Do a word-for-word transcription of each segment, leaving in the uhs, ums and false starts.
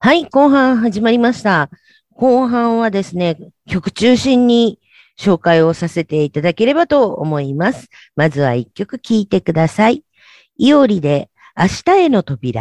はい、後半始まりました。後半はですね、曲中心に紹介をさせていただければと思います。まずは一曲聴いてください。いおりで明日への扉。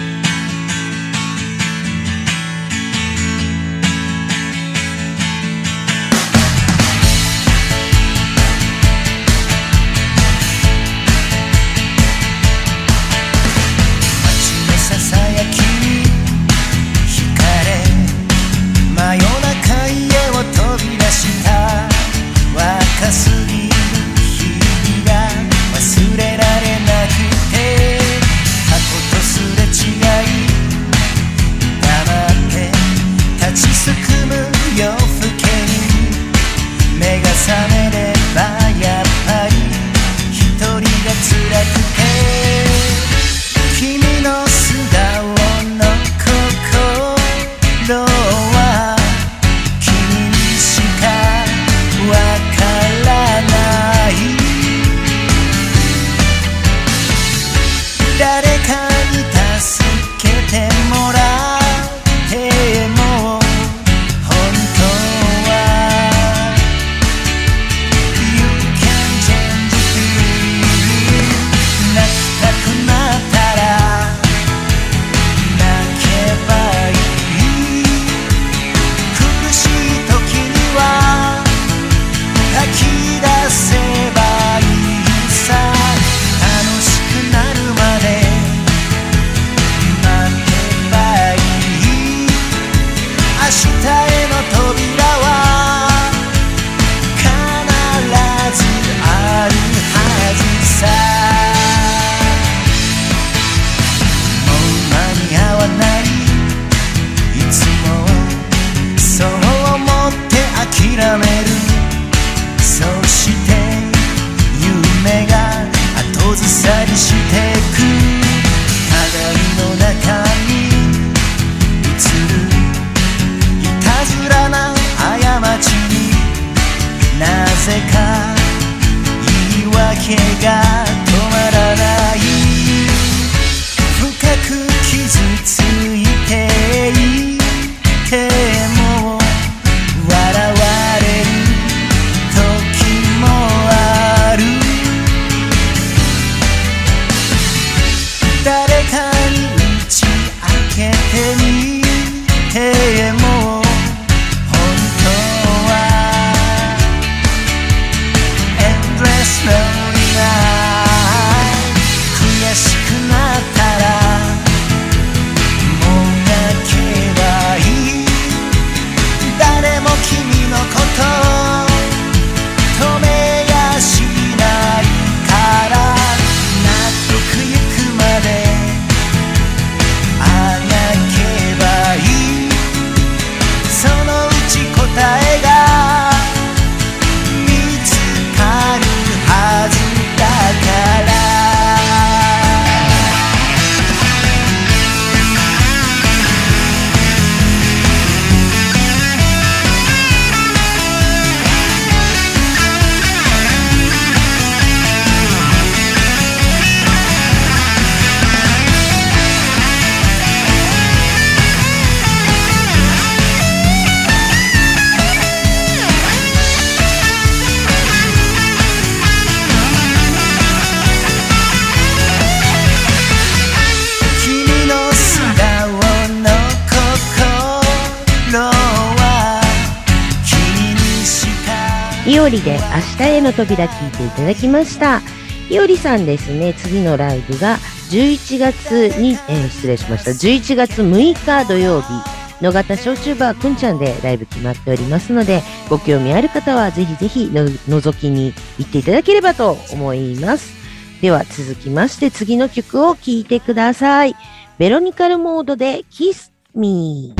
いおりで明日への扉聞いていただきました。いおりさんですね、次のライブがじゅういちがつに、えー、失礼しました。じゅういちがつむいか土曜日、野方焼酎バーくんちゃんでライブ決まっておりますので、ご興味ある方はぜひぜひの覗きに行っていただければと思います。では続きまして次の曲を聴いてください。ベロニカルモードで Kiss Me。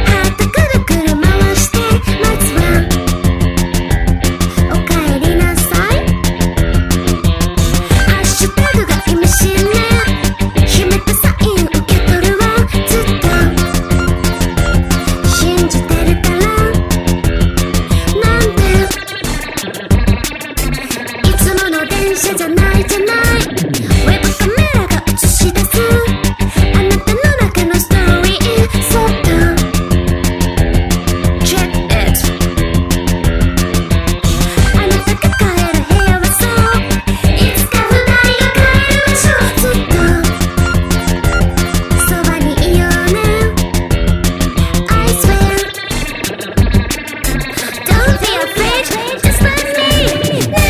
おかえりなさい。 電車じゃないじゃないウェブカメラが映し出すあなたの中のストーリー Slow down Check it あなたが帰る部屋はそういつか二人が帰る場所ずっとそばにいようね I swear Don't be afraid Just let me ね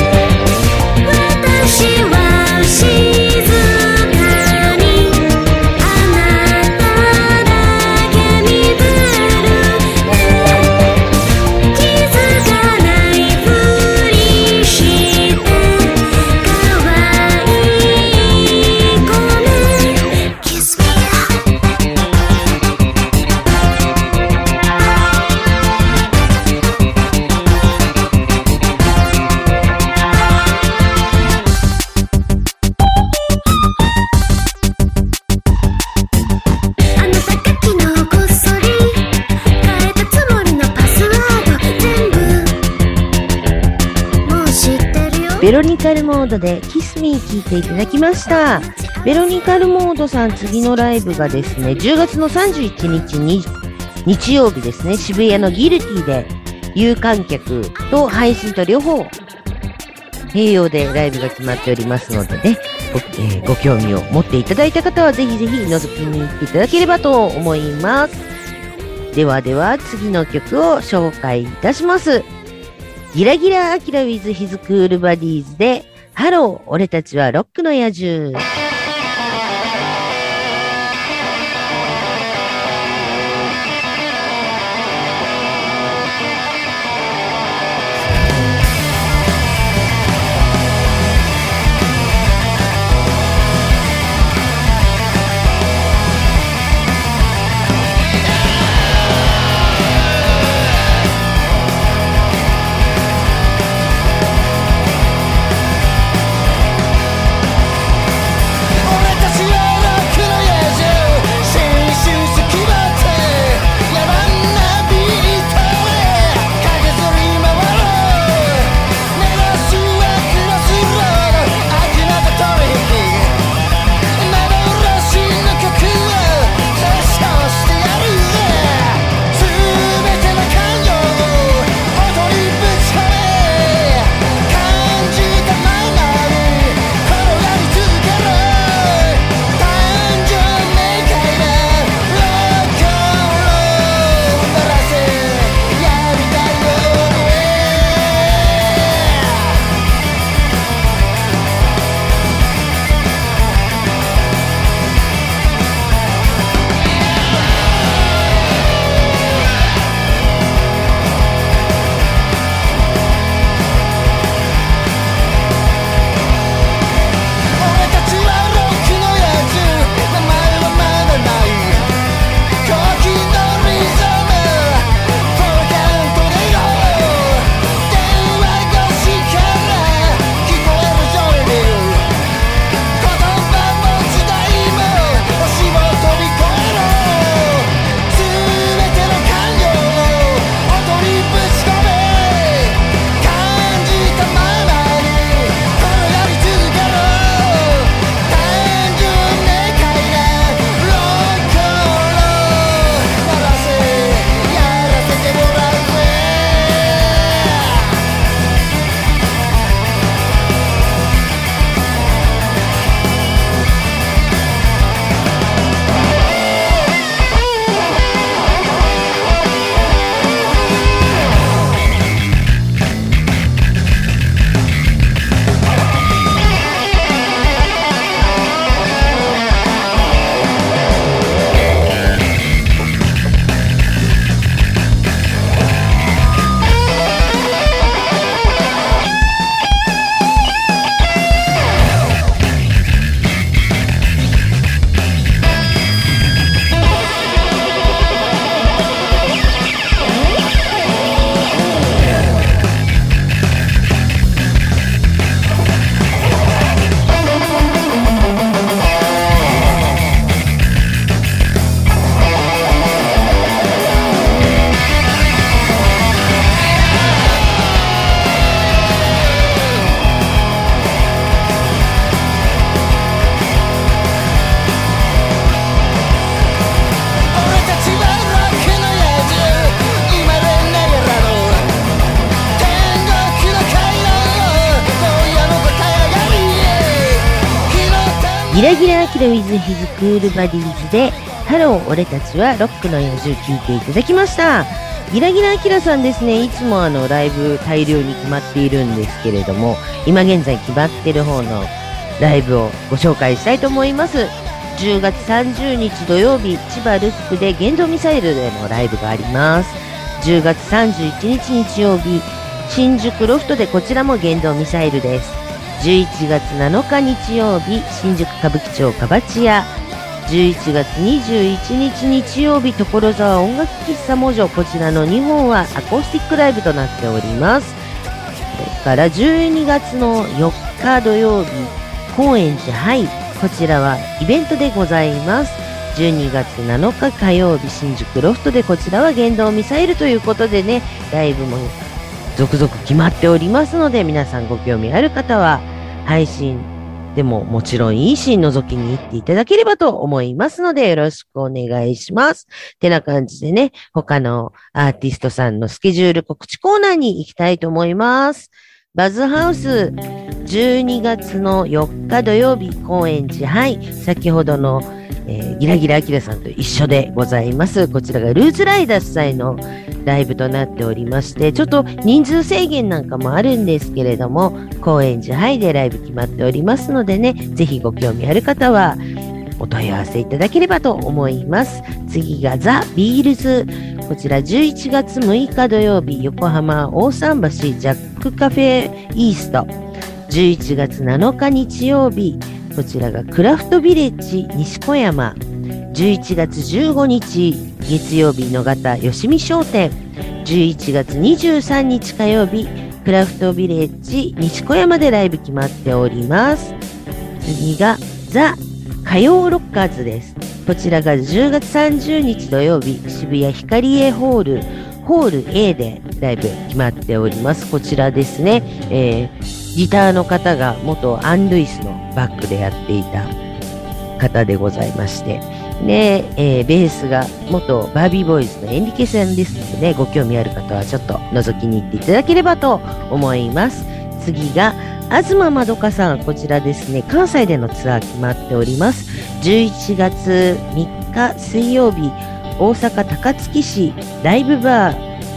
私は静かにあなただけ見てる気づかないふりして可愛い子ね Kiss meあなたが昨日こっそり変えたつもりのパスワード全部もう知ってるよベロニカルモードでキスミー聞いていただきました。ベロニカルモードさん、次のライブがですね、じゅうがつのさんじゅういちにちに日曜日ですね、渋谷のギルティで有観客と配信と両方併用でライブが決まっておりますのでね、ご,、えーご興味を持っていただいた方はぜひぜひ覗きに行っていただければと思います。ではでは次の曲を紹介いたします。ギラギラアキラ with his cool buddies でハロー俺たちはロックの野獣。 「 ギラギラアキラ with his cool buddies でハロー俺たちはロックの野獣聴いていただきました。ギラギラアキラさんですね、いつもあのライブ大量に決まっているんですけれども、今現在決まっている方のライブをご紹介したいと思います。じゅうがつさんじゅうにち土曜日、千葉ルフクで弦道ミサイルでのライブがあります。じゅうがつさんじゅういちにち日曜日、新宿ロフトでこちらも弦道ミサイルです。じゅういちがつなのか日曜日、新宿歌舞伎町かばち屋。じゅういちがつにじゅういちにち日曜日、所沢音楽喫茶モジョ。こちらのにほんはアコースティックライブとなっております。それからじゅうにがつのよっか土曜日、高円寺ハイ。こちらはイベントでございます。じゅうにがつなのか火曜日、新宿ロフトでこちらは弦道ミサイルということでね、ライブも続々決まっておりますので、皆さんご興味ある方は配信でももちろんいいシーン覗きに行っていただければと思いますので、よろしくお願いします。てな感じでね、他のアーティストさんのスケジュール告知コーナーに行きたいと思います。バズハウス、じゅうにがつのよっか土曜日、高円寺ハイ。先ほどの、えー、ギラギラアキラさんと一緒でございます。こちらがルーズライダー主催のライブとなっておりまして、ちょっと人数制限なんかもあるんですけれども、高円寺ハイでライブ決まっておりますのでね、ぜひご興味ある方はお問い合わせいただければと思います。次がザ・ビールズ。こちらじゅういちがつむいか土曜日、横浜大桟橋ジャックカフェイースト。じゅういちがつなのか日曜日、こちらがクラフトビレッジ西小山。じゅういちがつじゅうごにち月曜日、野方よしみ商店。じゅういちがつにじゅうさんにち火曜日、クラフトビレッジ西小山でライブ決まっております。次がザ・火曜ロッカーズです。こちらがじゅうがつさんじゅうにち土曜日、渋谷ヒカリエホールホール A でライブ決まっております。こちらですね、えー、ギターの方が元アン・ルイスのバックでやっていた方でございまして、で、えー、ベースが元バービーボーイズのエンリケさんですのでね、ご興味ある方はちょっと覗きに行っていただければと思います。次が東まどかさん。こちらですね、関西でのツアー決まっております。じゅういちがつみっか水曜日、大阪高槻市ライブバー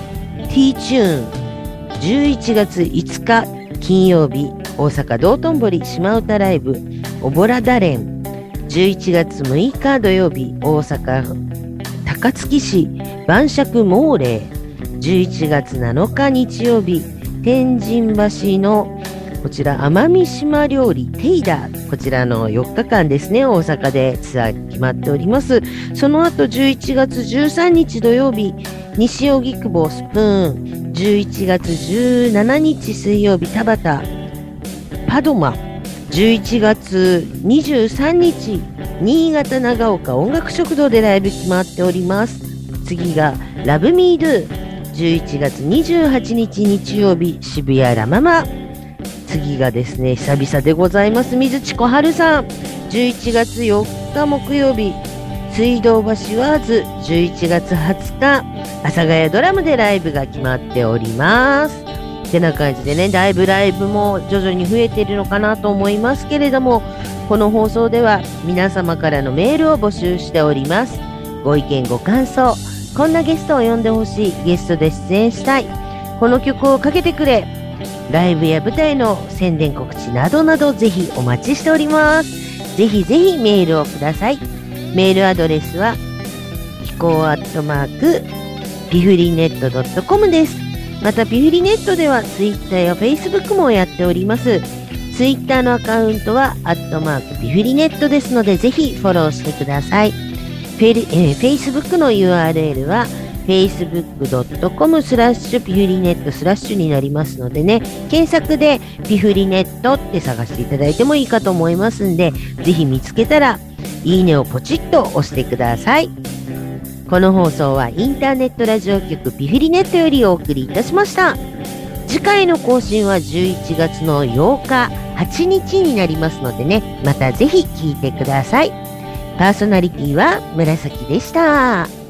T チューン。じゅういちがついつか金曜日、大阪道頓堀島唄ライブおぼらだれん。じゅういちがつむいか土曜日、大阪高槻市晩酌モーレー。じゅういちがつなのか日曜日、天神橋のこちら奄美島料理テイダー。こちらのよっかかんですね、大阪でツアー決まっております。その後じゅういちがつじゅうさんにち土曜日、西荻窪スプーン。じゅういちがつじゅうしちにち水曜日、田端パドマ。じゅういちがつにじゅうさんにち新潟長岡音楽食堂でライブ決まっております。次がラブミードゥ。じゅういちがつにじゅうはちにち日曜日、渋谷ラママ。次がですね、久々でございます、水地小春さん。じゅういちがつよっか木曜日、水道橋ワーズ。じゅういちがつはつか、阿佐ヶ谷ドラムでライブが決まっております。てな感じでね、だいぶライブも徐々に増えているのかなと思いますけれども、この放送では皆様からのメールを募集しております。ご意見ご感想、こんなゲストを呼んでほしい、ゲストで出演したい、この曲をかけてくれ、ライブや舞台の宣伝告知などなどぜひお待ちしております。ぜひぜひメールをください。メールアドレスは飛行アットマークピフリネットドットコムです。またピフリネットではツイッターやフェイスブックもやっております。ツイッターのアカウントはアットマークピフリネットですので、ぜひフォローしてください。フェイ、えー、フェイスブックの ユーアールエル は フェイスブックドットコムスラッシュピフリネットスラッシュになりますのでね、検索でピフリネットって探していただいてもいいかと思いますんで、ぜひ見つけたらいいねをポチッと押してください。この放送はインターネットラジオ局ピフリネットよりお送りいたしました。次回の更新はじゅういちがつのようかはちにちになりますのでね、またぜひ聞いてください。パーソナリティは紫でした。